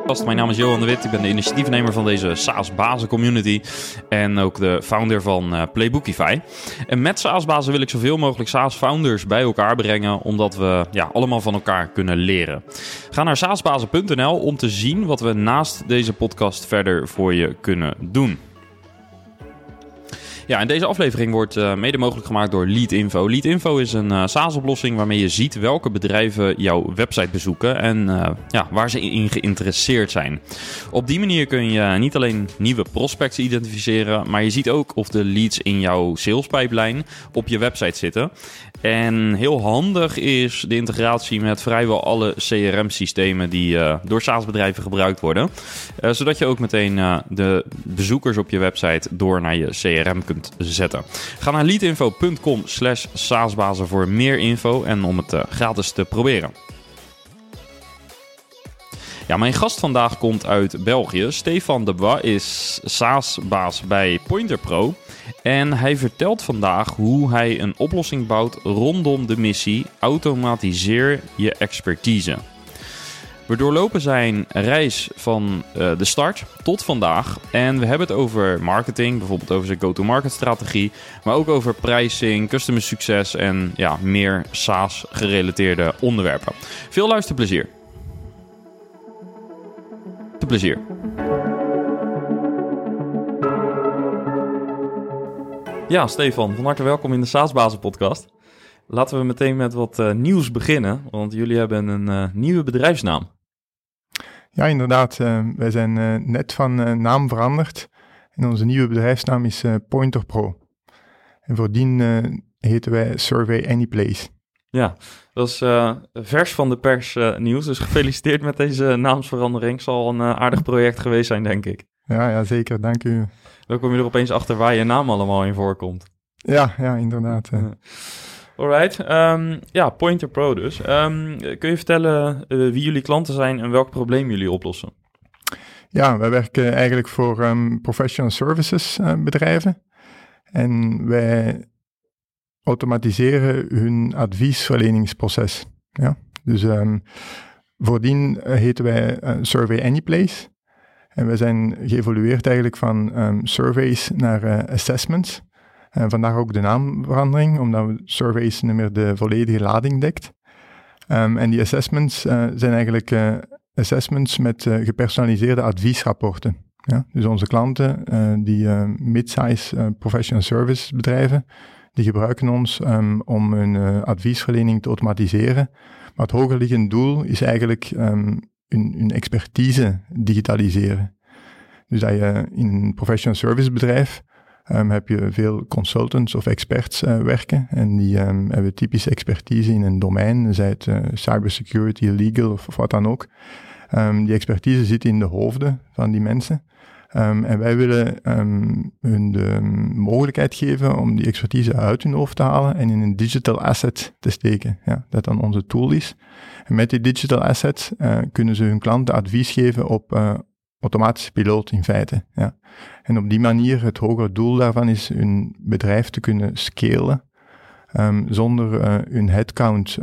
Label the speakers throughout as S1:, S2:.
S1: Mijn naam is Johan de Wit, ik ben de initiatiefnemer van deze SaaS-bazen community en ook de founder van Playbookify. En met SaaS-bazen wil ik zoveel mogelijk SaaS-founders bij elkaar brengen, omdat we allemaal van elkaar kunnen leren. Ga naar saasbazen.nl om te zien wat we naast deze podcast verder voor je kunnen doen. Ja, en deze aflevering wordt mede mogelijk gemaakt door Leadinfo. Leadinfo is een SaaS-oplossing waarmee je ziet welke bedrijven jouw website bezoeken en waar ze in geïnteresseerd zijn. Op die manier kun je niet alleen nieuwe prospects identificeren, maar je ziet ook of de leads in jouw salespipeline op je website zitten. En heel handig is de integratie met vrijwel alle CRM-systemen die door SaaS-bedrijven gebruikt worden. Zodat je ook meteen de bezoekers op je website door naar je CRM kunt zetten. Ga naar leadinfo.com/saasbazen voor meer info en om het gratis te proberen. Ja, mijn gast vandaag komt uit België. Stefan de Bois is SaaS-baas bij Pointer Pro. En hij vertelt vandaag hoe hij een oplossing bouwt rondom de missie Automatiseer je expertise. We doorlopen zijn reis van de start tot vandaag. En we hebben het over marketing, bijvoorbeeld over zijn go-to-market strategie. Maar ook over pricing, customer succes en meer SaaS-gerelateerde onderwerpen. Veel luisterplezier. Plezier. Ja, Stefan, van harte welkom in de SaaS-bazen podcast. Laten we meteen met wat nieuws beginnen, want jullie hebben een nieuwe bedrijfsnaam.
S2: Ja, inderdaad. Wij zijn net van naam veranderd en onze nieuwe bedrijfsnaam is Pointer Pro. En voordien heten wij Survey Anyplace.
S1: Ja, dat is vers van de pers nieuws, dus gefeliciteerd met deze naamsverandering. Zal een aardig project geweest zijn, denk ik.
S2: Ja, zeker. Dank u.
S1: Dan kom je er opeens achter waar je naam allemaal in voorkomt.
S2: Ja, inderdaad.
S1: Alright, Pointer Pro dus. Kun je vertellen wie jullie klanten zijn en welk probleem jullie oplossen?
S2: Ja, wij werken eigenlijk voor professional services bedrijven. En wij automatiseren hun adviesverleningsproces. Ja? Dus voordien heten wij Survey Anyplace. En we zijn geëvolueerd eigenlijk van surveys naar assessments. Vandaar ook de naamverandering, omdat surveys niet meer de volledige lading dekt. En die assessments zijn eigenlijk assessments met gepersonaliseerde adviesrapporten. Ja? Dus onze klanten, die mid-size professional service bedrijven, die gebruiken ons om hun adviesverlening te automatiseren. Maar het hogerliggende doel is eigenlijk hun expertise digitaliseren. Dus dat je in een professional service bedrijf heb je veel consultants of experts werken. En die hebben typische expertise in een domein, zij het cybersecurity, legal of wat dan ook. Die expertise zit in de hoofden van die mensen. En wij willen hun de mogelijkheid geven om die expertise uit hun hoofd te halen en in een digital asset te steken. Ja, dat dan onze tool is. En met die digital asset kunnen ze hun klanten advies geven op automatische piloot in feite. Ja. En op die manier, het hogere doel daarvan is hun bedrijf te kunnen scalen zonder hun headcount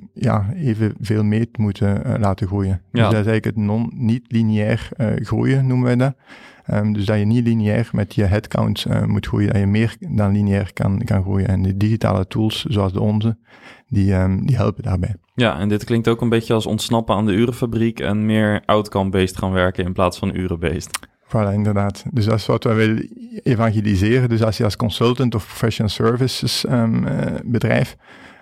S2: evenveel mee te moeten laten groeien. Ja. Dus dat is eigenlijk het niet-lineair groeien, noemen wij dat. Dus dat je niet lineair met je headcount moet groeien, dat je meer dan lineair kan groeien. En de digitale tools, zoals de onze, die helpen daarbij.
S1: Ja, en dit klinkt ook een beetje als ontsnappen aan de urenfabriek en meer outcome-based gaan werken in plaats van uren-based.
S2: Voilà, inderdaad. Dus dat is wat wij willen evangeliseren. Dus als je als consultant of professional services bedrijf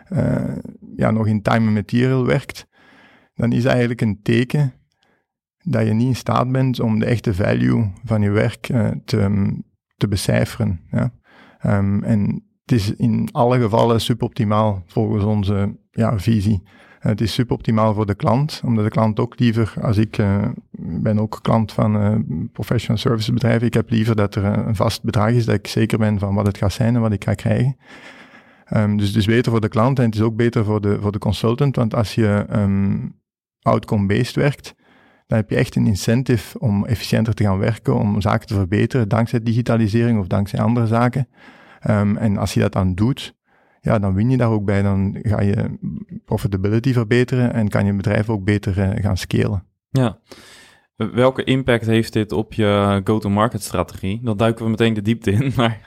S2: nog in time and material werkt, dan is dat eigenlijk een teken dat je niet in staat bent om de echte value van je werk te becijferen. Ja? En het is in alle gevallen suboptimaal volgens onze visie. Het is suboptimaal voor de klant, omdat de klant ook liever, als ik ben ook klant van professional service bedrijven, ik heb liever dat er een vast bedrag is, dat ik zeker ben van wat het gaat zijn en wat ik ga krijgen. Dus het is beter voor de klant en het is ook beter voor de consultant, want als je outcome-based werkt, dan heb je echt een incentive om efficiënter te gaan werken, om zaken te verbeteren, dankzij digitalisering of dankzij andere zaken. En als je dat dan doet, ja, dan win je daar ook bij. Dan ga je profitability verbeteren en kan je bedrijf ook beter gaan scalen.
S1: Ja. Welke impact heeft dit op je go-to-market strategie? Dan duiken we meteen de diepte in. Maar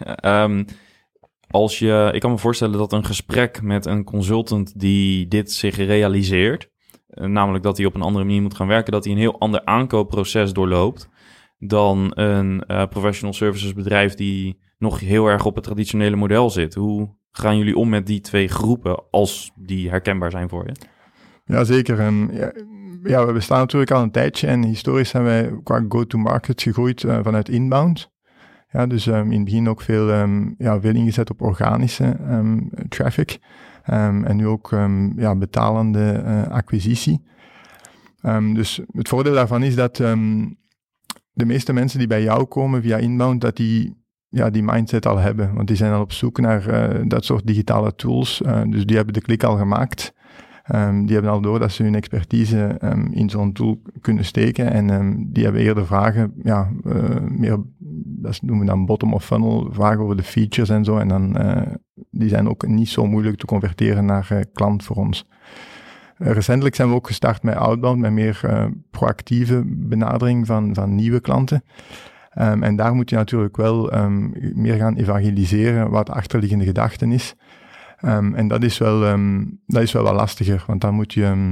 S1: ik kan me voorstellen dat een gesprek met een consultant die dit zich realiseert, namelijk dat hij op een andere manier moet gaan werken, dat hij een heel ander aankoopproces doorloopt dan een professional services bedrijf die nog heel erg op het traditionele model zit. Hoe gaan jullie om met die twee groepen als die herkenbaar zijn voor je?
S2: Ja, zeker. We bestaan natuurlijk al een tijdje en historisch zijn wij qua go-to-market gegroeid vanuit inbound. Ja, dus in het begin ook veel ingezet op organische traffic. En nu ook betalende acquisitie. Dus het voordeel daarvan is dat de meeste mensen die bij jou komen via inbound, dat die mindset al hebben. Want die zijn al op zoek naar dat soort digitale tools. Dus die hebben de klik al gemaakt. Die hebben al door dat ze hun expertise in zo'n tool kunnen steken. En die hebben eerder vragen, meer, dat noemen we dan bottom of funnel, vragen over de features en zo. En dan, die zijn ook niet zo moeilijk te converteren naar klant voor ons. Recentelijk zijn we ook gestart met outbound, met meer proactieve benadering van nieuwe klanten. En daar moet je natuurlijk wel meer gaan evangeliseren wat de achterliggende gedachten is. En dat is wel wat lastiger, want dan moet je...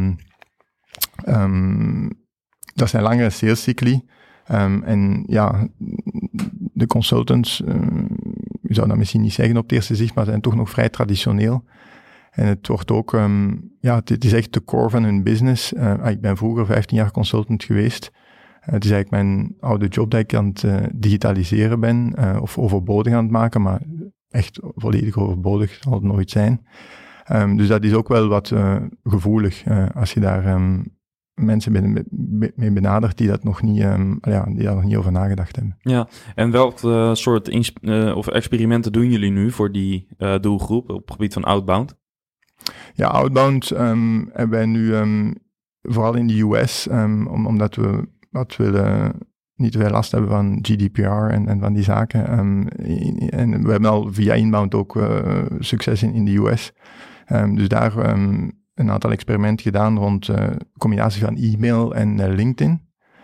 S2: dat zijn langere salescycli. En ja, de consultants, je zou dat misschien niet zeggen op het eerste zicht, maar zijn toch nog vrij traditioneel. En het wordt ook, het is echt de core van hun business. Ik ben vroeger 15 jaar consultant geweest. Het is eigenlijk mijn oude job dat ik aan het digitaliseren ben, of overbodig aan het maken, maar echt volledig overbodig zal het nooit zijn. Dus dat is ook wel wat gevoelig, als je daar mensen mee benadert die dat nog niet, die daar nog niet over nagedacht hebben. Ja,
S1: en welk soort of experimenten doen jullie nu voor die doelgroep op het gebied van outbound?
S2: Ja, outbound hebben wij nu vooral in de US, omdat we wat willen, niet te veel last hebben van GDPR en van die zaken. En we hebben al via inbound ook succes in de US. Dus daar een aantal experimenten gedaan rond combinatie van e-mail en LinkedIn.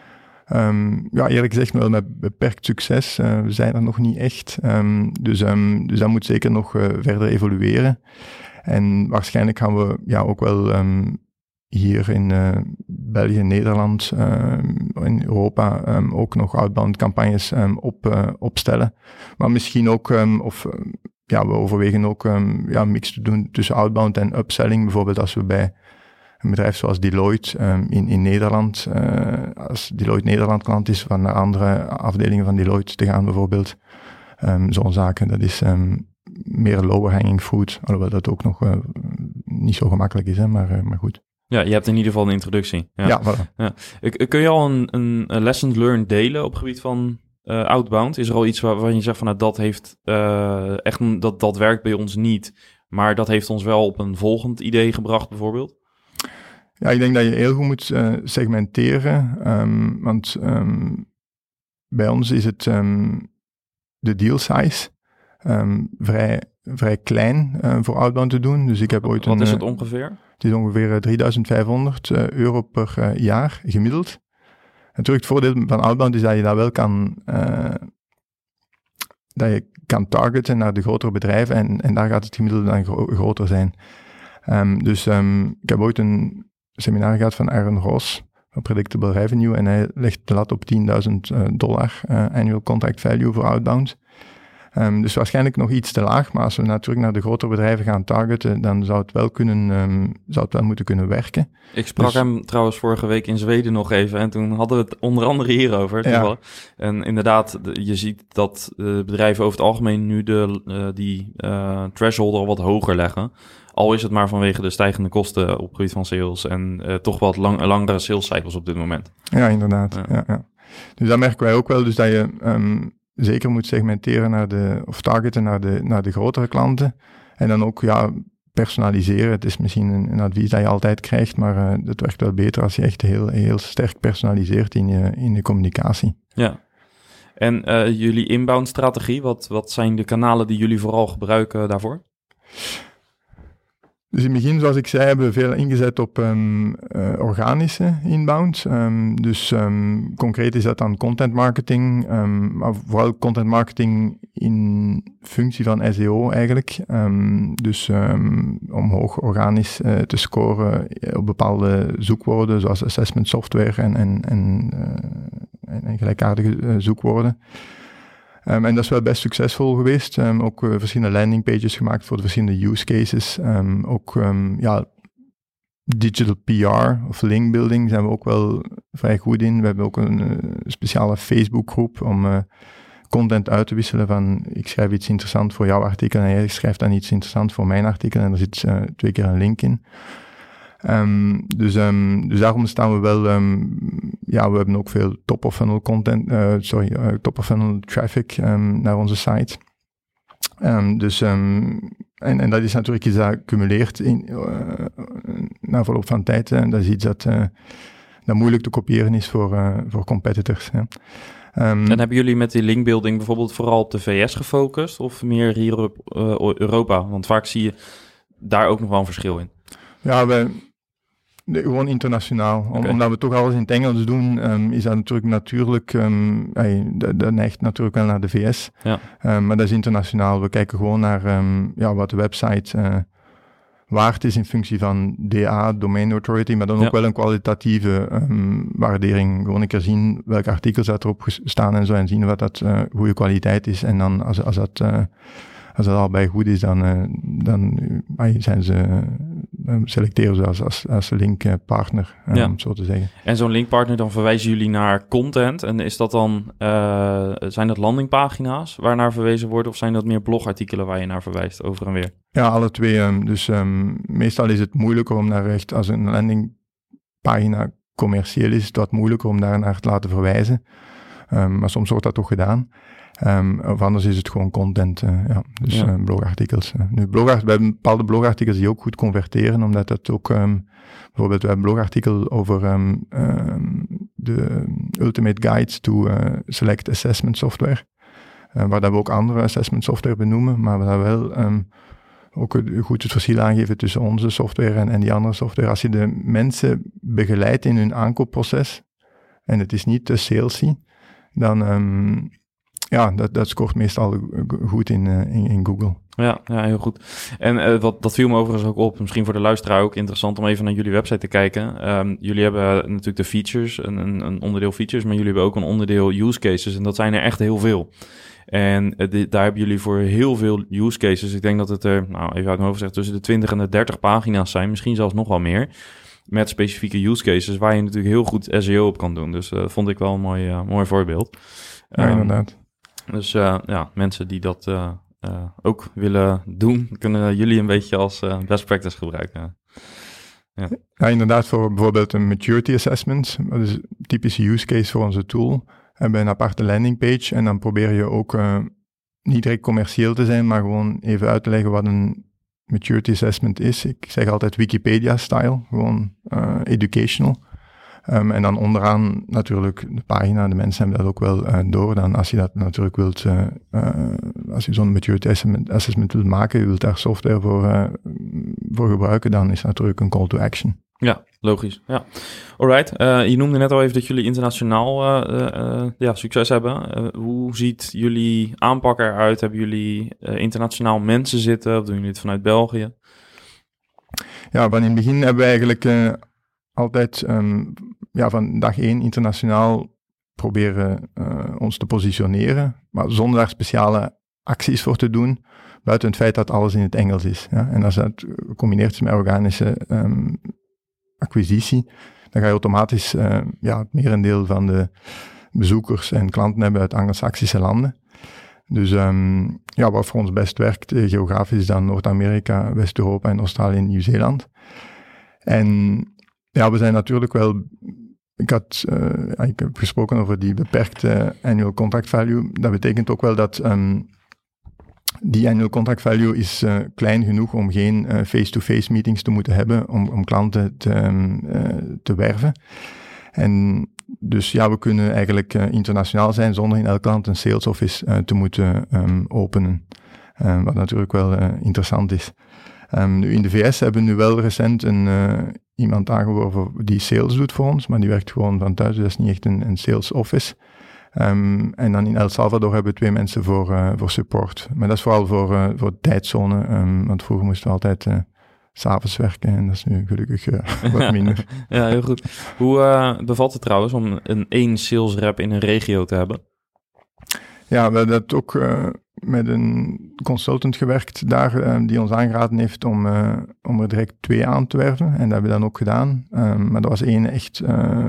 S2: Eerlijk gezegd wel met beperkt succes. We zijn er nog niet echt. Dus dat moet zeker nog verder evolueren. En waarschijnlijk gaan we ook wel hier in België, Nederland, in Europa ook nog outbound campagnes opstellen. Maar misschien ook, we overwegen ook een mix te doen tussen outbound en upselling. Bijvoorbeeld als we bij een bedrijf zoals Deloitte in Nederland, als Deloitte Nederland klant is, van naar andere afdelingen van Deloitte te gaan bijvoorbeeld. Zo'n zaken, dat is meer lower hanging fruit, alhoewel dat ook nog niet zo gemakkelijk is, hè, maar goed.
S1: Ja, je hebt in ieder geval een introductie. Ja, voilà. Ja. Kun je al een lessons learned delen op het gebied van outbound? Is er al iets waarvan je zegt van dat heeft echt dat werkt bij ons niet, maar dat heeft ons wel op een volgend idee gebracht bijvoorbeeld?
S2: Ja, ik denk dat je heel goed moet segmenteren, want bij ons is het de deal size vrij klein voor outbound te doen. Dus ik heb ooit
S1: Wat is het ongeveer?
S2: Het is ongevear €3.500 per jaar gemiddeld. Natuurlijk, het voordeel van outbound is dat je dat wel kan targeten naar de grotere bedrijven en daar gaat het gemiddelde dan groter zijn. Ik heb ooit een seminar gehad van Aaron Ross van Predictable Revenue en hij legt de lat op $10.000 annual contract value voor outbound. Dus waarschijnlijk nog iets te laag, maar als we natuurlijk naar de grotere bedrijven gaan targeten, dan zou het wel moeten kunnen werken.
S1: Ik sprak hem trouwens vorige week in Zweden nog even en toen hadden we het onder andere hierover. Ja. En inderdaad, je ziet dat bedrijven over het algemeen nu die threshold al wat hoger leggen. Al is het maar vanwege de stijgende kosten op het gebied van sales en toch wat langere sales cycles op dit moment.
S2: Ja, inderdaad. Ja. Dus dat merken wij ook wel, dus dat je zeker moet segmenteren targeten naar de grotere klanten. En dan ook personaliseren. Het is misschien een advies dat je altijd krijgt, maar het werkt wel beter als je echt heel, heel sterk personaliseert in je communicatie.
S1: Ja. En jullie inbound strategie, wat zijn de kanalen die jullie vooral gebruiken daarvoor?
S2: Dus in het begin, zoals ik zei, hebben we veel ingezet op organische inbound. Concreet is dat dan content marketing, maar vooral content marketing in functie van SEO eigenlijk. Om hoog organisch te scoren op bepaalde zoekwoorden, zoals assessment software en gelijkaardige zoekwoorden. En dat is wel best succesvol geweest. Ook verschillende landingpages gemaakt voor de verschillende use cases. Digital PR of linkbuilding zijn we ook wel vrij goed in. We hebben ook een speciale Facebookgroep om content uit te wisselen van ik schrijf iets interessants voor jouw artikel en jij schrijft dan iets interessants voor mijn artikel en er zit 2 keer een link in. Dus daarom staan we wel, we hebben ook veel top-of-funnel content, top-of-funnel traffic naar onze site. En dat is natuurlijk iets dat accumuleert na verloop van tijd. Dat is iets dat moeilijk te kopiëren is voor competitors.
S1: En hebben jullie met die linkbuilding bijvoorbeeld vooral op de VS gefocust of meer hier op Europa? Want vaak zie je daar ook nog wel een verschil in.
S2: Ja, gewoon internationaal. Omdat we toch alles in het Engels doen, is dat natuurlijk dat neigt natuurlijk wel naar de VS. Ja. Maar dat is internationaal. We kijken gewoon naar wat de website waard is in functie van DA, Domain Authority, maar dan ook wel een kwalitatieve waardering. Gewoon een keer zien welke artikels dat erop staan en zo, en zien wat dat goede kwaliteit is. En dan als dat allebei goed is, dan selecteren ze als linkpartner, om zo te zeggen.
S1: En zo'n linkpartner, dan verwijzen jullie naar content. En is dat dan, zijn dat landingpagina's waar naar verwezen wordt, of zijn dat meer blogartikelen waar je naar verwijst over en weer?
S2: Ja, alle twee. Meestal is het moeilijker om naar echt, als een landingpagina commercieel is, het wat moeilijker om daar naar te laten verwijzen. Maar soms wordt dat toch gedaan. Of anders is het gewoon content, blogartikels. We hebben bepaalde blogartikels die ook goed converteren, omdat dat ook, bijvoorbeeld we hebben een blogartikel over de Ultimate Guides to Select Assessment Software, waar dat we ook andere assessment software benoemen, maar waar we wel ook goed het verschil aangeven tussen onze software en die andere software. Als je de mensen begeleidt in hun aankoopproces, en het is niet te salesy, dan dat scoort meestal goed in Google.
S1: Ja, heel goed. En dat viel me overigens ook op. Misschien voor de luisteraar ook interessant om even naar jullie website te kijken. Jullie hebben natuurlijk de features, een onderdeel features, maar jullie hebben ook een onderdeel use cases. En dat zijn er echt heel veel. En daar hebben jullie voor heel veel use cases. Ik denk dat het er, even uit mijn hoofd gezegd, tussen de 20 en de 30 pagina's zijn. Misschien zelfs nog wel meer. Met specifieke use cases waar je natuurlijk heel goed SEO op kan doen. Dus dat vond ik wel een mooi voorbeeld.
S2: Ja, inderdaad.
S1: Dus mensen die dat ook willen doen, kunnen jullie een beetje als best practice gebruiken.
S2: Ja, inderdaad, voor bijvoorbeeld een maturity assessment. Dat is een typische use case voor onze tool. Hebben een aparte landingpage en dan probeer je ook niet direct commercieel te zijn, maar gewoon even uit te leggen wat een maturity assessment is. Ik zeg altijd Wikipedia-style, gewoon educational. En dan onderaan natuurlijk de pagina, de mensen hebben dat ook wel door. Dan als je dat natuurlijk wilt, als je zo'n maturity assessment wilt maken, je wilt daar software voor gebruiken, dan is natuurlijk een call to action.
S1: Ja, logisch. Ja. Alright. Je noemde net al even dat jullie internationaal succes hebben. Hoe ziet jullie aanpak eruit? Hebben jullie internationaal mensen zitten? Of doen jullie het vanuit België?
S2: Ja, van in het begin hebben we eigenlijk altijd van dag 1 internationaal proberen ons te positioneren, maar zonder daar speciale acties voor te doen, buiten het feit dat alles in het Engels is. Ja? En als dat gecombineerd is met organische acquisitie, dan ga je automatisch het merendeel van de bezoekers en klanten hebben uit Anglo-Saxische landen. Dus wat voor ons best werkt geografisch is dan Noord-Amerika, West-Europa en Australië en Nieuw-Zeeland. En we zijn natuurlijk wel... Ik heb gesproken over die beperkte annual contract value. Dat betekent ook wel dat die annual contract value is klein genoeg om geen face-to-face meetings te moeten hebben om klanten te werven. En dus we kunnen eigenlijk internationaal zijn zonder in elk land een sales office te moeten openen. Wat natuurlijk wel interessant is. Nu in de VS hebben we nu wel recent iemand aangeworven die sales doet voor ons, maar die werkt gewoon van thuis, dus dat is niet echt een sales office. En dan in El Salvador hebben we 2 mensen voor support. Maar dat is vooral voor tijdzone, want vroeger moesten we altijd 's avonds werken en dat is nu gelukkig wat minder.
S1: Ja, heel goed. Hoe bevalt het trouwens om één sales rep in een regio te hebben?
S2: Ja, we hebben dat ook met een consultant gewerkt daar, die ons aangeraden heeft om er direct 2 aan te werven. En dat hebben we dan ook gedaan. Maar dat was één echt,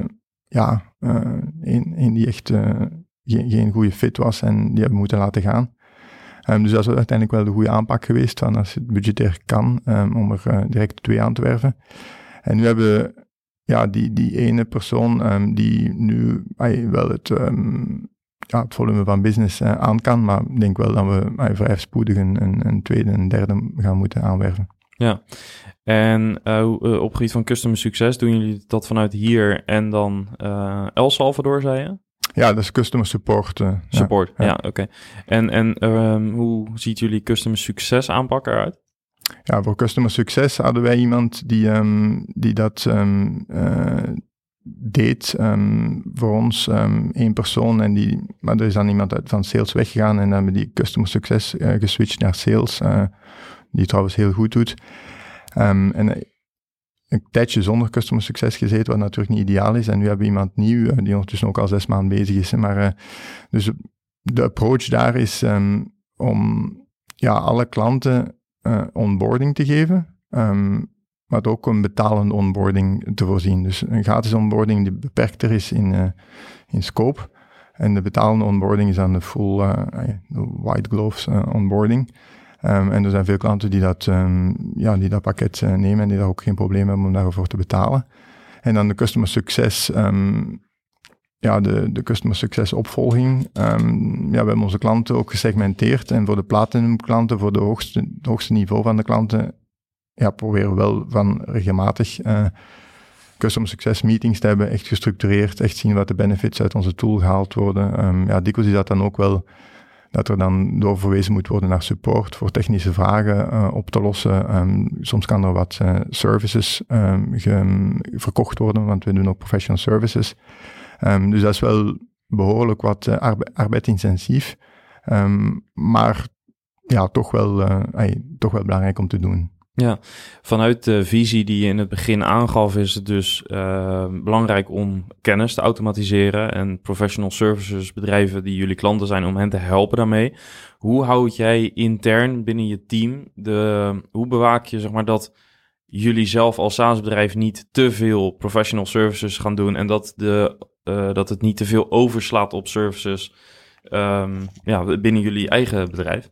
S2: één die echt geen goede fit was en die hebben we moeten laten gaan. Dus dat is uiteindelijk wel de goede aanpak geweest, van als het budgetair kan, om er direct 2 aan te werven. En nu hebben we die ene persoon die nu wel het volume van business aan kan, maar ik denk wel dat we vrij spoedig een tweede en derde gaan moeten aanwerven.
S1: Ja, en op het gebied van customer succes, doen jullie dat vanuit hier en dan El Salvador, zei je?
S2: Ja, dat is customer support.
S1: Support, ja, oké. En hoe ziet jullie customer succes aanpak eruit?
S2: Ja, voor customer succes hadden wij iemand die dat deed voor ons, 1 persoon. Maar er is dan iemand van sales weggegaan en dan hebben we die customer succes geswitcht naar sales, die trouwens heel goed doet. En een tijdje zonder customer succes gezeten, wat natuurlijk niet ideaal is. En nu hebben we iemand nieuw, die ondertussen ook al 6 maanden bezig is. Maar dus de approach daar is om alle klanten onboarding te geven, maar ook een betalende onboarding te voorzien. Dus een gratis onboarding die beperkter is in scope. En de betalende onboarding is dan de full white gloves onboarding. En er zijn veel klanten die dat pakket nemen en die daar ook geen probleem hebben om daarvoor te betalen. En dan de customer success, de customer success opvolging. We hebben onze klanten ook gesegmenteerd en voor de platinum klanten, voor het hoogste niveau van de klanten, proberen we wel van regelmatig customer success meetings te hebben, echt gestructureerd, echt zien wat de benefits uit onze tool gehaald worden. Dikwijls is dat dan ook wel dat er dan doorverwezen moet worden naar support voor technische vragen op te lossen. Soms kan er wat services verkocht worden, want we doen ook professional services. Dus dat is wel behoorlijk wat arbeidsintensief, maar toch wel belangrijk om te doen.
S1: Ja, vanuit de visie die je in het begin aangaf is het dus belangrijk om kennis te automatiseren en professional services bedrijven die jullie klanten zijn, om hen te helpen daarmee. Hoe houd jij intern binnen je team, hoe bewaak je zeg maar dat jullie zelf als SaaS-bedrijf niet te veel professional services gaan doen en dat het niet te veel overslaat op services binnen jullie eigen bedrijf?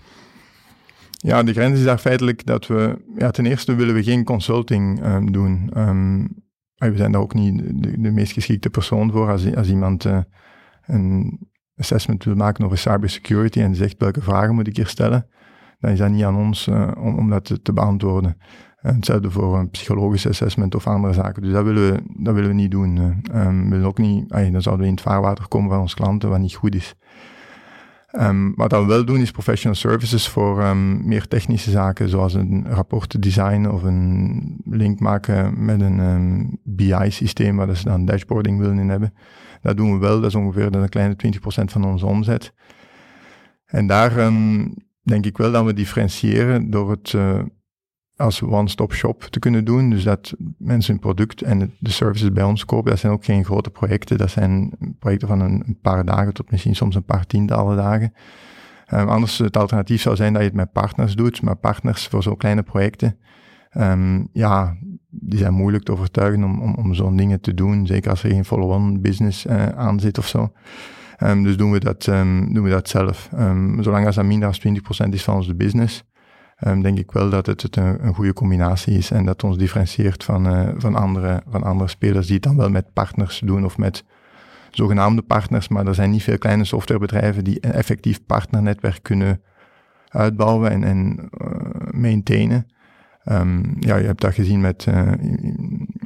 S2: Ja, de grens is daar feitelijk dat we... ten eerste willen we geen consulting doen. We zijn daar ook niet de meest geschikte persoon voor. Als iemand een assessment wil maken over cybersecurity en zegt welke vragen moet ik hier stellen, dan is dat niet aan ons om dat te beantwoorden. Hetzelfde voor een psychologisch assessment of andere zaken. Dus dat willen we niet doen. We willen ook niet... dan zouden we in het vaarwater komen van onze klanten, wat niet goed is. Wat we wel doen is professional services voor meer technische zaken, zoals een rapport designen of een link maken met een BI-systeem, waar ze dan dashboarding willen in hebben. Dat doen we wel, dat is ongeveer een kleine 20% van onze omzet. En daar denk ik wel dat we differentiëren door het als one-stop shop te kunnen doen. Dus dat mensen hun product en de services bij ons kopen. Dat zijn ook geen grote projecten. Dat zijn projecten van een paar dagen tot misschien soms een paar tientallen dagen. Anders het alternatief zou zijn dat je het met partners doet. Maar partners voor zo'n kleine projecten, die zijn moeilijk te overtuigen om zo'n dingen te doen. Zeker als er geen follow-on business aan zit of zo. Dus doen we dat zelf. Zolang als dat minder dan 20% is van onze business, denk ik wel dat het een goede combinatie is en dat ons differentieert van andere spelers die het dan wel met partners doen of met zogenaamde partners, maar er zijn niet veel kleine softwarebedrijven die een effectief partnernetwerk kunnen uitbouwen en maintainen. Je hebt dat gezien met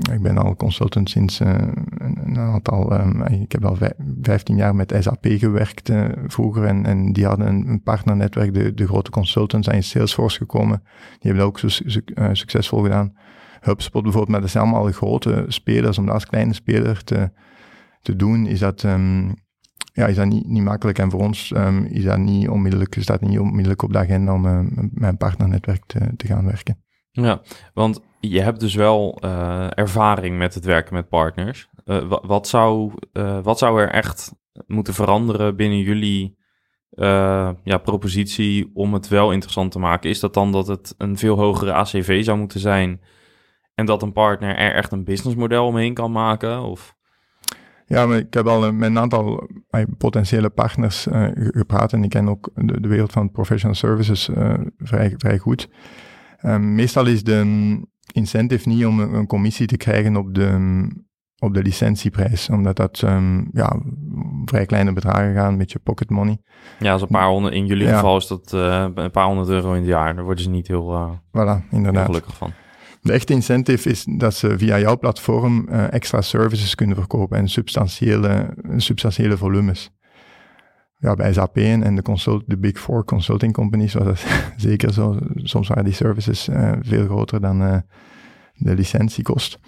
S2: Ik ben al consultant sinds een aantal... ik heb al 15 jaar met SAP gewerkt vroeger en die hadden een partnernetwerk, de grote consultants zijn in Salesforce gekomen. Die hebben dat ook succesvol gedaan. HubSpot bijvoorbeeld, maar dat zijn allemaal grote spelers. Om dat als kleine speler te doen, is dat niet makkelijk. En voor ons staat niet onmiddellijk op de agenda om met een partnernetwerk te gaan werken.
S1: Ja, want je hebt dus wel ervaring met het werken met partners. Wat zou er echt moeten veranderen binnen jullie propositie om het wel interessant te maken? Is dat dan dat het een veel hogere ACV zou moeten zijn en dat een partner er echt een businessmodel omheen kan maken? Of?
S2: Ja, maar ik heb al met een aantal potentiële partners gepraat en ik ken ook de wereld van professional services vrij goed. Meestal is de incentive niet om een commissie te krijgen op de licentieprijs, omdat dat vrij kleine bedragen gaan, een beetje pocket money.
S1: Ja, als een paar honderd, in jullie geval is dat een paar €100 in het jaar. Daar worden ze niet heel gelukkig van.
S2: De echte incentive is dat ze via jouw platform extra services kunnen verkopen en substantiële volumes. Ja, bij SAP en de Big Four consulting companies was dat zeker zo. Soms waren die services veel groter dan de licentiekost.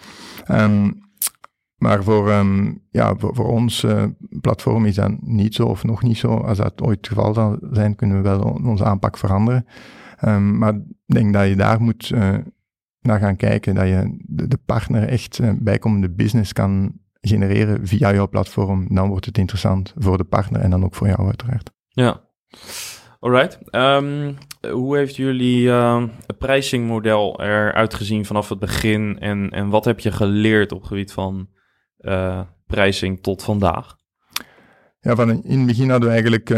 S2: Maar voor ons platform is dat niet zo of nog niet zo. Als dat ooit het geval zal zijn, kunnen we wel onze aanpak veranderen. Maar ik denk dat je daar moet naar gaan kijken, dat je de partner echt bijkomende business kan genereren via jouw platform. Dan wordt het interessant voor de partner en dan ook voor jou uiteraard.
S1: Ja, alright. Hoe heeft jullie pricingmodel eruit gezien vanaf het begin en wat heb je geleerd op het gebied van pricing tot vandaag?
S2: Ja, in het begin hadden we eigenlijk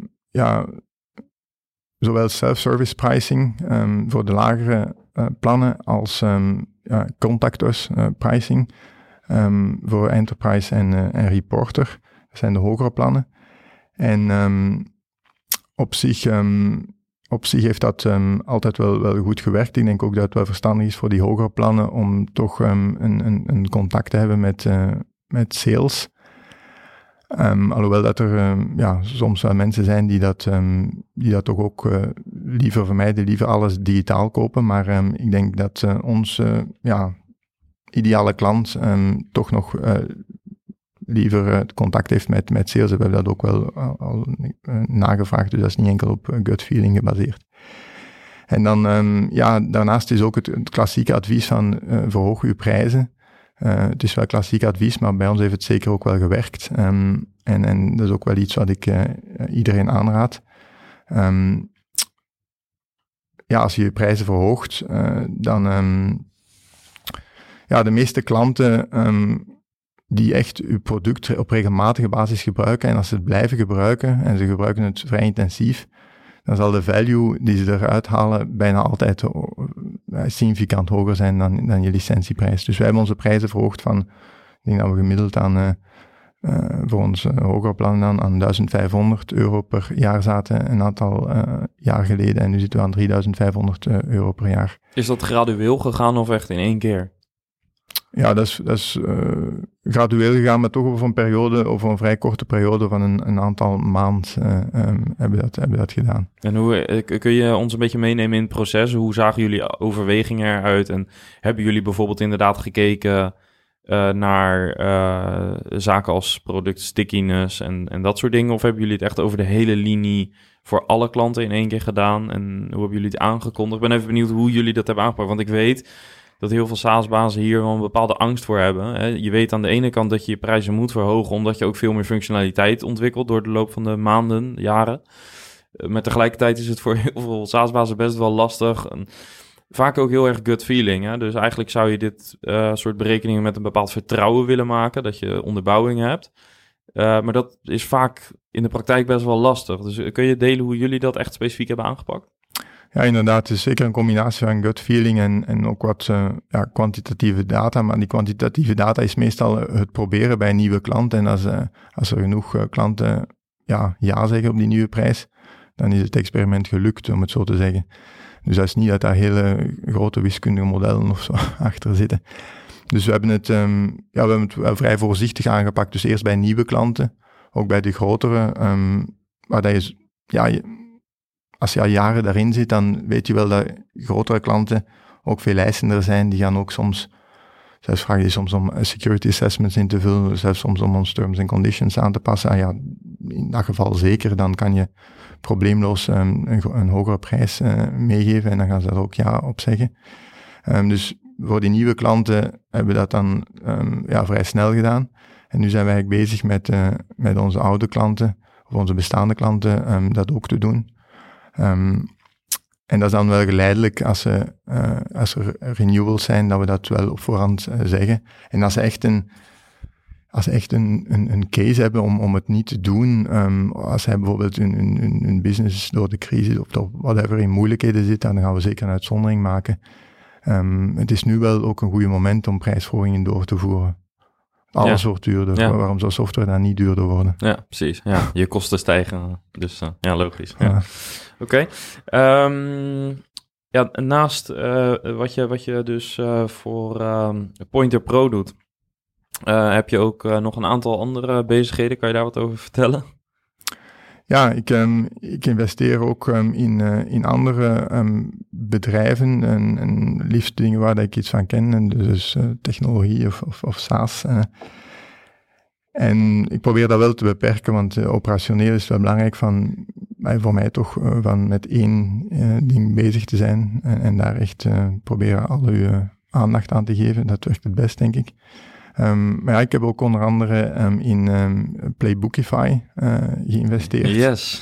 S2: zowel self-service pricing voor de lagere plannen als contact us pricing voor enterprise en reporter. Dat zijn de hogere plannen. En op zich heeft dat altijd wel goed gewerkt. Ik denk ook dat het wel verstandig is voor die hogere plannen om toch een contact te hebben met sales. Alhoewel dat er soms wel mensen zijn die dat toch ook liever vermijden, liever alles digitaal kopen. Maar ik denk dat ons ideale klant toch nog liever het contact heeft met sales. We hebben dat ook wel al nagevraagd, dus dat is niet enkel op gut feeling gebaseerd. En dan, daarnaast is ook het klassieke advies van verhoog uw prijzen. Het is wel klassiek advies, maar bij ons heeft het zeker ook wel gewerkt. En dat is ook wel iets wat ik iedereen aanraad. Als je je prijzen verhoogt, dan... de meeste klanten die echt uw product op regelmatige basis gebruiken, en als ze het blijven gebruiken, en ze gebruiken het vrij intensief, dan zal de value die ze eruit halen bijna altijd significant hoger zijn dan je licentieprijs. Dus wij hebben onze prijzen verhoogd van, ik denk dat we gemiddeld voor ons hogere plannen aan €1.500 per jaar zaten een aantal jaar geleden. En nu zitten we aan €3.500 per jaar.
S1: Is dat gradueel gegaan of echt in één keer?
S2: Ja, dat is gradueel gegaan, maar toch over een vrij korte periode van een aantal maanden hebben we dat gedaan.
S1: En hoe kun je ons een beetje meenemen in het proces? Hoe zagen jullie overwegingen eruit? En hebben jullie bijvoorbeeld inderdaad gekeken naar zaken als product stickiness en dat soort dingen? Of hebben jullie het echt over de hele linie voor alle klanten in één keer gedaan? En hoe hebben jullie het aangekondigd? Ik ben even benieuwd hoe jullie dat hebben aangepakt, want ik weet dat heel veel SaaS-bazen hier wel een bepaalde angst voor hebben. Hè? Je weet aan de ene kant dat je je prijzen moet verhogen, omdat je ook veel meer functionaliteit ontwikkelt door de loop van de maanden, jaren. Maar tegelijkertijd is het voor heel veel SaaS-bazen best wel lastig. En vaak ook heel erg gut feeling. Hè? Dus eigenlijk zou je dit soort berekeningen met een bepaald vertrouwen willen maken, dat je onderbouwing hebt. Maar dat is vaak in de praktijk best wel lastig. Dus kun je delen hoe jullie dat echt specifiek hebben aangepakt?
S2: Ja, inderdaad. Het is zeker een combinatie van gut feeling en ook wat kwantitatieve data. Maar die kwantitatieve data is meestal het proberen bij een nieuwe klant. En als er genoeg klanten ja zeggen op die nieuwe prijs, dan is het experiment gelukt, om het zo te zeggen. Dus dat is niet dat daar hele grote wiskundige modellen of zo achter zitten. Dus we hebben het wel vrij voorzichtig aangepakt. Dus eerst bij nieuwe klanten, ook bij de grotere, waar dat als je al jaren daarin zit, dan weet je wel dat grotere klanten ook veel eisender zijn. Die gaan ook soms, zelfs vragen die soms om security assessments in te vullen, zelfs soms om ons terms and conditions aan te passen. In dat geval zeker, dan kan je probleemloos een hogere prijs meegeven en dan gaan ze daar ook ja op zeggen. Dus voor die nieuwe klanten hebben we dat dan vrij snel gedaan. En nu zijn we eigenlijk bezig met onze oude klanten, of onze bestaande klanten, dat ook te doen. En dat is dan wel geleidelijk als er renewals zijn, dat we dat wel op voorhand zeggen. En als ze echt een case hebben om het niet te doen, als zij bijvoorbeeld hun business door de crisis of door whatever in moeilijkheden zit, dan gaan we zeker een uitzondering maken. Het is nu wel ook een goede moment om prijsverhogingen door te voeren. Alles wordt duurder. Ja. Waarom zou software dan niet duurder worden?
S1: Ja, precies. Ja, je kosten stijgen. Dus logisch. Ja. Oké. Naast wat je dus voor Pointer Pro doet, heb je ook nog een aantal andere bezigheden. Kan je daar wat over vertellen?
S2: Ja, ik investeer ook in andere bedrijven en liefst dingen waar ik iets van ken, en dus technologie of SaaS. En ik probeer dat wel te beperken, want operationeel is het wel belangrijk voor mij toch van met één ding bezig te zijn en daar echt proberen al uw aandacht aan te geven. Dat werkt het best, denk ik. Maar ik heb ook onder andere in Playbookify geïnvesteerd.
S1: Yes.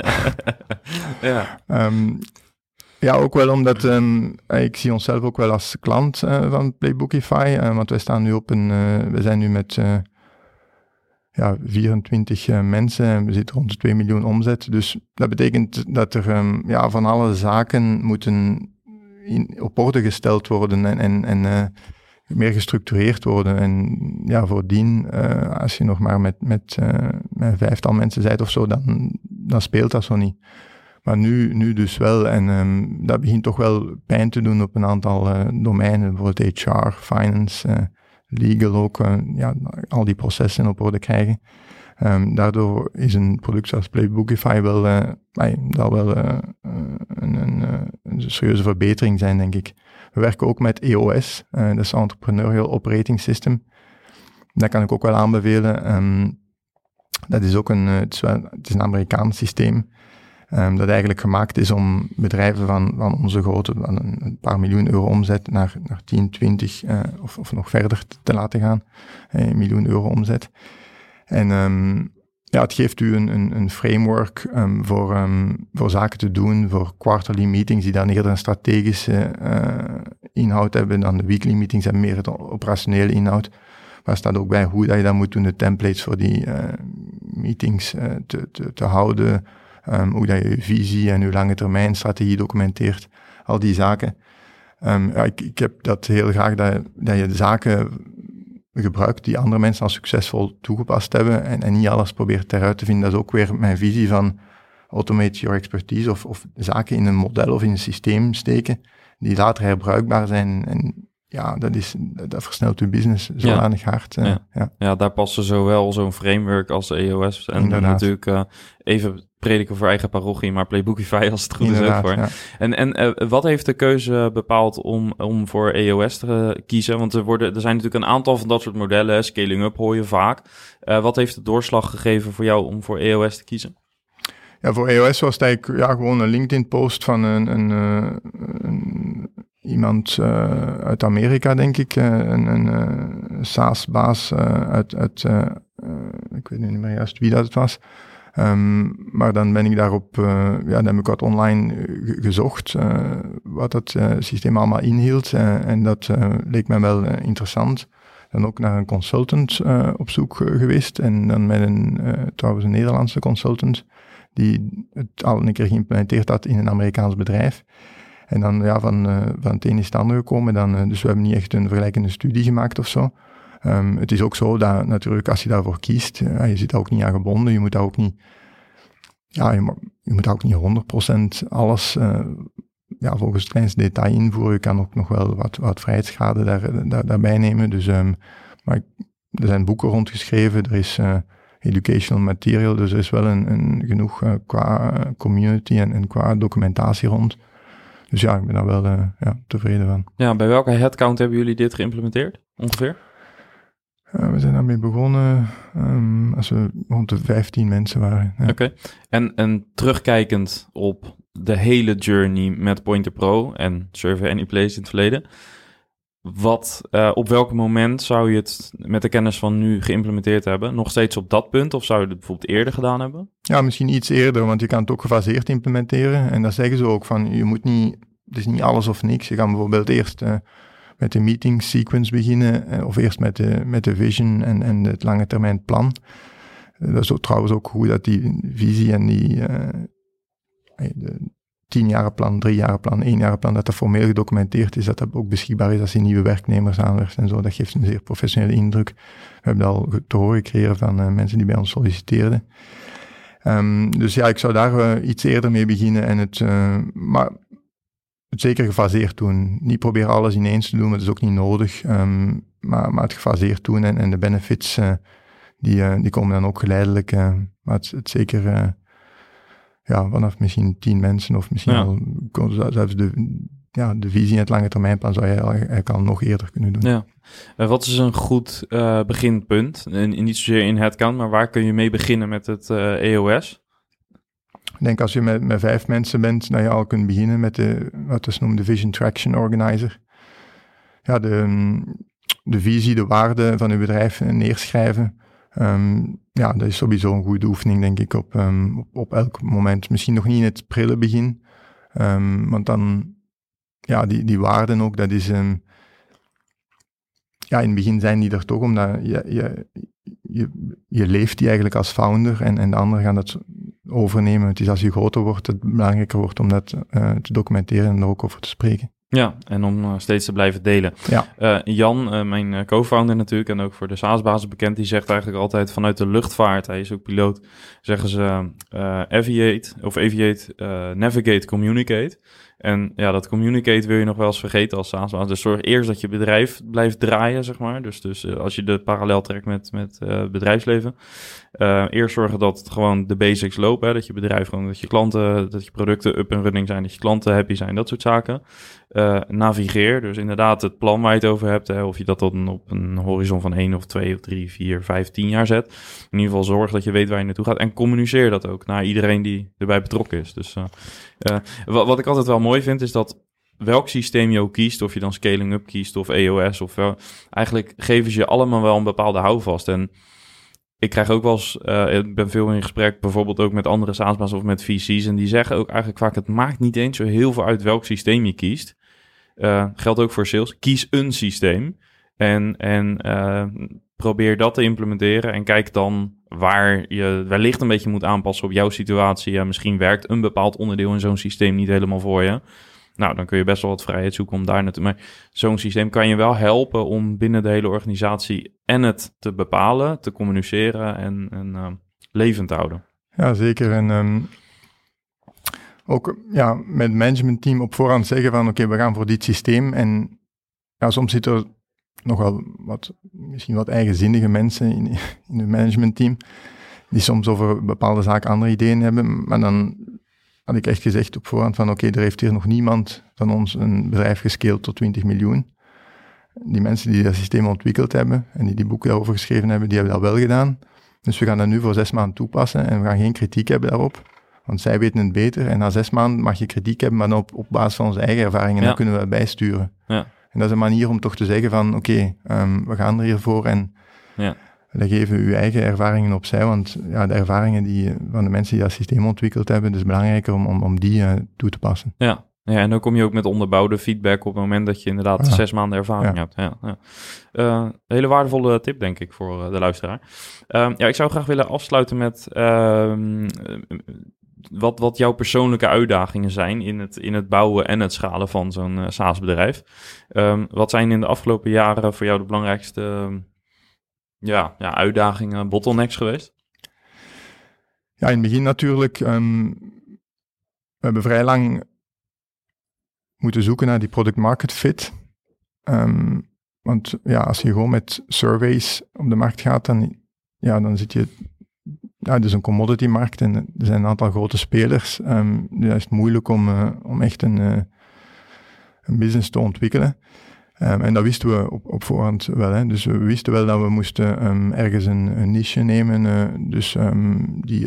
S2: Ja. Ook wel omdat ik zie onszelf ook wel als klant van Playbookify, want we zijn nu met 24 mensen en we zitten rond de 2 miljoen omzet. Dus dat betekent dat er van alle zaken moeten op orde gesteld worden en meer gestructureerd worden. En voordien, als je nog maar met 5-tal mensen bent of zo, dan speelt dat zo niet. Maar nu dus wel. En dat begint toch wel pijn te doen op een aantal domeinen. Bijvoorbeeld HR, finance, legal ook. Al die processen op orde krijgen. Daardoor is een product zoals Playbookify wel een serieuze verbetering zijn, denk ik. We werken ook met EOS, dat is Entrepreneurial Operating System. Dat kan ik ook wel aanbevelen. Dat is ook het is een Amerikaans systeem, dat eigenlijk gemaakt is om bedrijven van onze grootte, van een paar miljoen euro omzet, naar 10, 20 of nog verder te laten gaan. 1 miljoen euro omzet. En het geeft u een framework voor zaken te doen, voor quarterly meetings die dan eerder een strategische inhoud hebben dan de weekly meetings en meer het operationele inhoud. Waar staat ook bij hoe dat je dat moet doen, de templates voor die meetings te houden, hoe dat je visie en je lange termijn strategie documenteert, al die zaken. Ik heb dat heel graag dat je de zaken gebruikt die andere mensen al succesvol toegepast hebben en niet alles probeert eruit te vinden. Dat is ook weer mijn visie van automate your expertise of zaken in een model of in een systeem steken die later herbruikbaar zijn. En dat versnelt uw business zodanig hard.
S1: Ja, daar passen zowel zo'n framework als EOS en natuurlijk even prediken voor eigen parochie, maar Playbookify als het goed is ook voor. Ja. En wat heeft de keuze bepaald om voor EOS te kiezen? Want er zijn natuurlijk een aantal van dat soort modellen, scaling up hoor je vaak. Wat heeft de doorslag gegeven voor jou om voor EOS te kiezen?
S2: Ja, voor EOS was het eigenlijk gewoon een LinkedIn-post van iemand uit Amerika, denk ik. Een SaaS-baas uit ik weet niet meer juist wie dat het was. Maar dan ben ik daarop, dan heb ik wat online gezocht, wat dat systeem allemaal inhield. En dat leek mij wel interessant. Dan ook naar een consultant op zoek geweest. En dan met trouwens een Nederlandse consultant, die het al een keer geïmplementeerd had in een Amerikaans bedrijf. En dan van het een is het andere gekomen. Dus we hebben niet echt een vergelijkende studie gemaakt of zo. Het is ook zo dat natuurlijk als je daarvoor kiest, je zit daar ook niet aan gebonden. Je moet daar ook niet, je moet daar ook niet 100% alles volgens het kleinste detail invoeren. Je kan ook nog wel wat vrijheidsgraden daarbij nemen. Dus, maar er zijn boeken rondgeschreven, er is educational material, dus er is wel een genoeg qua community en qua documentatie rond. Dus ja, ik ben daar wel tevreden van.
S1: Ja, bij welke headcount hebben jullie dit geïmplementeerd, ongeveer?
S2: We zijn daarmee begonnen als we rond de 15 mensen waren. Ja.
S1: Oké. En terugkijkend op de hele journey met Pointer Pro en Survey Anyplace in het verleden, op welk moment zou je het met de kennis van nu geïmplementeerd hebben? Nog steeds op dat punt of zou je het bijvoorbeeld eerder gedaan hebben?
S2: Ja, misschien iets eerder, want je kan het ook gefaseerd implementeren. En dat zeggen ze ook van, het is niet alles of niks. Je kan bijvoorbeeld eerst met de meeting sequence beginnen, of eerst met de vision en het lange termijn plan. Dat is trouwens ook goed dat die visie en de 10-jarenplan, 3-jarenplan, 1-jarenplan, dat formeel gedocumenteerd is, dat dat ook beschikbaar is als je nieuwe werknemers aanwerft en zo. Dat geeft een zeer professionele indruk. We hebben dat al te horen gekregen van mensen die bij ons solliciteerden. Dus ja, ik zou daar iets eerder mee beginnen en maar het zeker gefaseerd doen. Niet proberen alles ineens te doen, maar dat is ook niet nodig. Maar het gefaseerd doen en de benefits, die komen dan ook geleidelijk. Maar het zeker vanaf misschien 10 mensen of misschien zelfs de visie in het lange termijnplan zou je eigenlijk al nog eerder kunnen doen.
S1: Ja. Wat is een goed beginpunt? Niet zozeer in headcount, maar waar kun je mee beginnen met het EOS?
S2: Ik denk als je met 5 mensen bent, dat je al kunt beginnen met wat we noemen de Vision Traction Organizer. Ja, de visie, de waarde van je bedrijf neerschrijven. Dat is sowieso een goede oefening, denk ik, op elk moment. Misschien nog niet in het prille begin, want dan, die waarden ook, dat is, in het begin zijn die er toch, omdat je leeft die eigenlijk als founder en de anderen gaan dat overnemen. Het is als je groter wordt, het belangrijker wordt om dat te documenteren en er ook over te spreken.
S1: Ja, en om steeds te blijven delen.
S2: Ja.
S1: Jan, mijn co-founder natuurlijk, en ook voor de SaaS-basis bekend, die zegt eigenlijk altijd vanuit de luchtvaart, hij is ook piloot, zeggen ze aviate, navigate, communicate. En ja, dat communicate wil je nog wel eens vergeten als SaaS-basis. Dus zorg eerst dat je bedrijf blijft draaien, zeg maar. Dus als je de parallel trekt met bedrijfsleven. Eerst zorgen dat het gewoon de basics lopen. Hè? Dat je bedrijf gewoon, dat je klanten, dat je producten up en running zijn. Dat je klanten happy zijn, dat soort zaken. Navigeer, dus inderdaad het plan waar je het over hebt. Hè? Of je dat dan op een horizon van 1 of 2 of 3, 4, 5, 10 jaar zet. In ieder geval zorg dat je weet waar je naartoe gaat. En communiceer dat ook naar iedereen die erbij betrokken is. Dus wat ik altijd wel mooi vind, is dat welk systeem je ook kiest, of je dan scaling up kiest of EOS, eigenlijk geven ze je allemaal wel een bepaalde houvast. En ik krijg ook wel eens, ik ben veel in gesprek, bijvoorbeeld ook met andere SaaS-bazen of met VC's, en die zeggen ook eigenlijk vaak, het maakt niet eens zo heel veel uit welk systeem je kiest. Geldt ook voor sales. Kies een systeem en probeer dat te implementeren en kijk dan waar je wellicht een beetje moet aanpassen op jouw situatie. Ja, misschien werkt een bepaald onderdeel in zo'n systeem niet helemaal voor je. Nou, dan kun je best wel wat vrijheid zoeken om daar naartoe. Maar zo'n systeem kan je wel helpen om binnen de hele organisatie en het te bepalen, te communiceren en levend te houden.
S2: Ja, zeker. En ook met het managementteam op voorhand zeggen van oké, we gaan voor dit systeem. En soms zit er nogal misschien wat eigenzinnige mensen in het managementteam die soms over bepaalde zaken andere ideeën hebben. Maar dan had ik echt gezegd op voorhand van oké, er heeft hier nog niemand van ons een bedrijf gescaled tot 20 miljoen. Die mensen die dat systeem ontwikkeld hebben en die boeken daarover geschreven hebben, die hebben dat wel gedaan. Dus we gaan dat nu voor 6 maanden toepassen en we gaan geen kritiek hebben daarop. Want zij weten het beter en na 6 maanden mag je kritiek hebben, maar dan op basis van onze eigen ervaringen, dan kunnen we bijsturen. Ja. En dat is een manier om toch te zeggen van oké, we gaan er hiervoor en dan geven we uw eigen ervaringen opzij, want de ervaringen van de mensen die dat systeem ontwikkeld hebben, het is belangrijker om die toe te passen.
S1: Ja, en dan kom je ook met onderbouwde feedback op het moment dat je inderdaad 6 maanden ervaring hebt. Ja. Hele waardevolle tip, denk ik, voor de luisteraar. Ik zou graag willen afsluiten met wat jouw persoonlijke uitdagingen zijn in het bouwen en het schalen van zo'n SaaS-bedrijf. Wat zijn in de afgelopen jaren voor jou de belangrijkste uitdagingen, bottlenecks geweest?
S2: Ja, in het begin natuurlijk. We hebben vrij lang moeten zoeken naar die product market fit. Want ja, als je gewoon met surveys op de markt gaat, dan zit je... Ja, het is een commodity markt en er zijn een aantal grote spelers. Dus is het moeilijk om echt een business te ontwikkelen. En dat wisten we op voorhand wel. Hè. Dus we wisten wel dat we moesten ergens een niche nemen. Die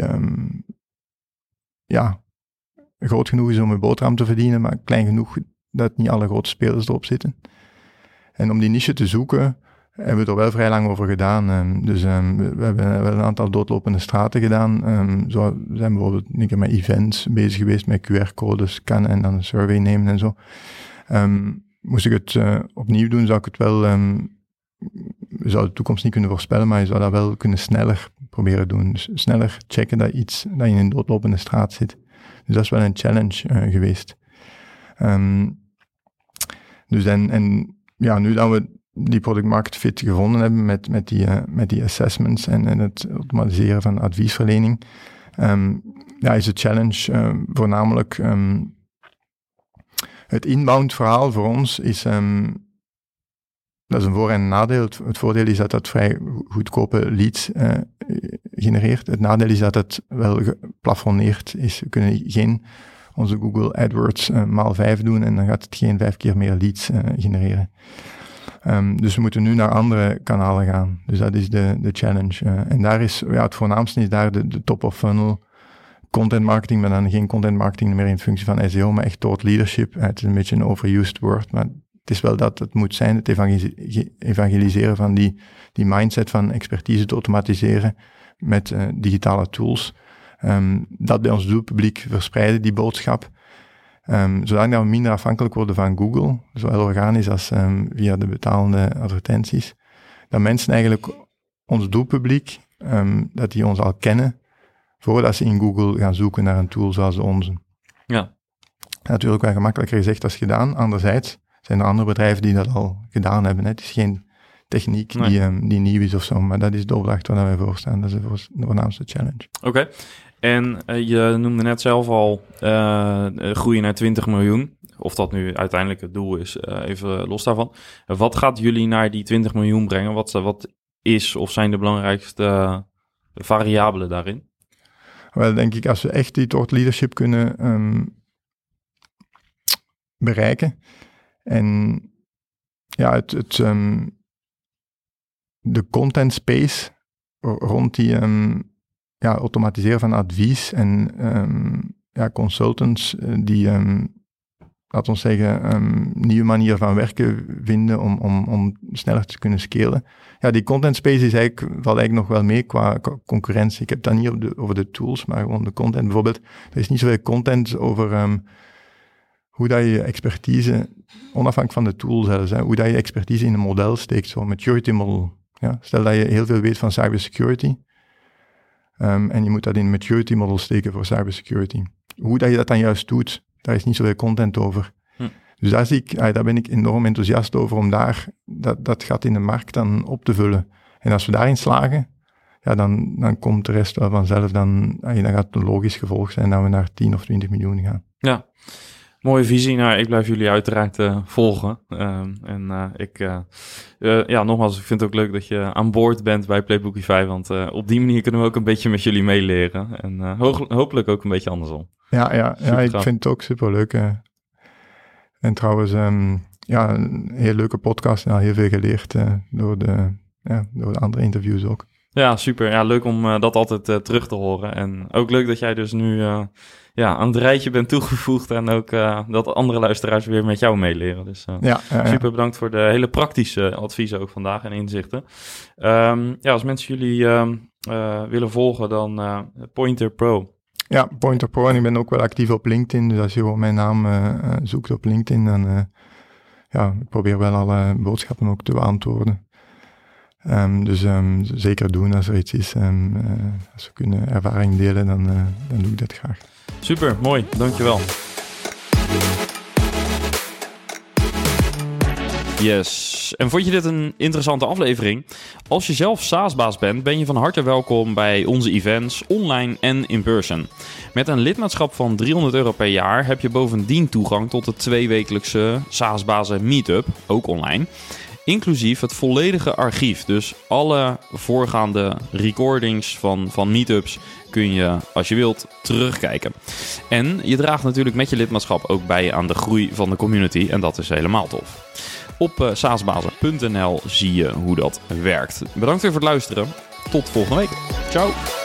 S2: groot genoeg is om een boterham te verdienen, maar klein genoeg dat niet alle grote spelers erop zitten. En om die niche te zoeken, hebben we er wel vrij lang over gedaan. We hebben wel een aantal doodlopende straten gedaan. Zo zijn bijvoorbeeld een keer met events bezig geweest, met QR-codes scannen en dan een survey nemen en zo. Moest ik het opnieuw doen, zou ik het wel... we zouden de toekomst niet kunnen voorspellen, maar je zou dat wel kunnen sneller proberen doen. Dus sneller checken dat je in een doodlopende straat zit. Dus dat is wel een challenge geweest. Nu dat we die product market fit gevonden hebben met die assessments en het automatiseren van adviesverlening, is de challenge voornamelijk het inbound verhaal voor ons is, dat is een voor- en een nadeel. Het voordeel is dat dat vrij goedkope leads genereert. Het nadeel is dat het wel geplafonneerd is. We kunnen geen onze Google AdWords maal 5 doen en dan gaat het geen 5 keer meer leads genereren. Dus we moeten nu naar andere kanalen gaan. Dus dat is de challenge. En daar is, het voornaamste is daar de top of funnel content marketing, maar dan geen content marketing meer in functie van SEO, maar echt thought leadership. Het is een beetje een overused word, maar het is wel dat het moet zijn, het evangeliseren van die mindset van expertise te automatiseren met digitale tools. Dat bij ons doelpubliek verspreiden, die boodschap. Zodat we minder afhankelijk worden van Google, zowel organisch als via de betalende advertenties. Dat mensen eigenlijk, ons doelpubliek, dat die ons al kennen, voordat ze in Google gaan zoeken naar een tool zoals onze.
S1: Ja.
S2: Natuurlijk wel gemakkelijker gezegd dan gedaan. Anderzijds zijn er andere bedrijven die dat al gedaan hebben. Het is geen techniek die nieuw is of zo, maar dat is de opdracht waar wij voor staan. Dat is de voornaamste challenge.
S1: Oké. En je noemde net zelf al groeien naar 20 miljoen. Of dat nu uiteindelijk het doel is, even los daarvan. Wat gaat jullie naar die 20 miljoen brengen? Wat is of zijn de belangrijkste variabelen daarin?
S2: Wel, denk ik, als we echt die thought leadership kunnen bereiken en de content space rond die automatiseren van advies en consultants die, laat ons zeggen, nieuwe manieren van werken vinden om sneller te kunnen scalen. Ja, die content space valt eigenlijk nog wel mee qua concurrentie. Ik heb het dan niet over de tools, maar gewoon de content. Bijvoorbeeld, er is niet zoveel content over hoe dat je expertise, onafhankelijk van de tool zelfs, hoe dat je expertise in een model steekt, zo'n maturity model. Ja? Stel dat je heel veel weet van cybersecurity, en je moet dat in een maturity model steken voor cybersecurity. Hoe dat je dat dan juist doet, daar is niet zoveel content over. Dus daar ben ik enorm enthousiast over om dat gat in de markt dan op te vullen. En als we daarin slagen, dan komt de rest wel vanzelf. Dan gaat het een logisch gevolg zijn dat we naar 10 of 20 miljoen gaan. Ja.
S1: Mooie visie. Nou, ik blijf jullie uiteraard volgen. Nogmaals, ik vind het ook leuk dat je aan boord bent bij Playbookify, want op die manier kunnen we ook een beetje met jullie meeleren. En hopelijk ook een beetje andersom.
S2: Ja, ik vind het ook superleuk. En trouwens, een heel leuke podcast en al heel veel geleerd door de andere interviews ook.
S1: Ja, super. Ja, leuk om dat altijd terug te horen. En ook leuk dat jij dus nu aan het rijtje bent toegevoegd en ook dat andere luisteraars weer met jou meeleren. Dus super bedankt voor de hele praktische adviezen ook vandaag en inzichten. Als mensen jullie willen volgen, dan Pointer Pro.
S2: Ja, Pointer Pro. En ik ben ook wel actief op LinkedIn. Dus als je gewoon mijn naam zoekt op LinkedIn, dan ik probeer wel alle boodschappen ook te beantwoorden. Dus zeker doen als er iets is. Als we kunnen ervaring delen, dan doe ik dat graag.
S1: Super, mooi. Dankjewel. Yes. En vond je dit een interessante aflevering? Als je zelf SaaS-baas bent, ben je van harte welkom bij onze events, online en in person. Met een lidmaatschap van €300 per jaar heb je bovendien toegang tot de 2-wekelijkse SaaS-bazen meetup, ook online. Inclusief het volledige archief. Dus alle voorgaande recordings van meetups kun je, als je wilt, terugkijken. En je draagt natuurlijk met je lidmaatschap ook bij aan de groei van de community. En dat is helemaal tof. Op saasbazen.nl zie je hoe dat werkt. Bedankt weer voor het luisteren. Tot volgende week. Ciao.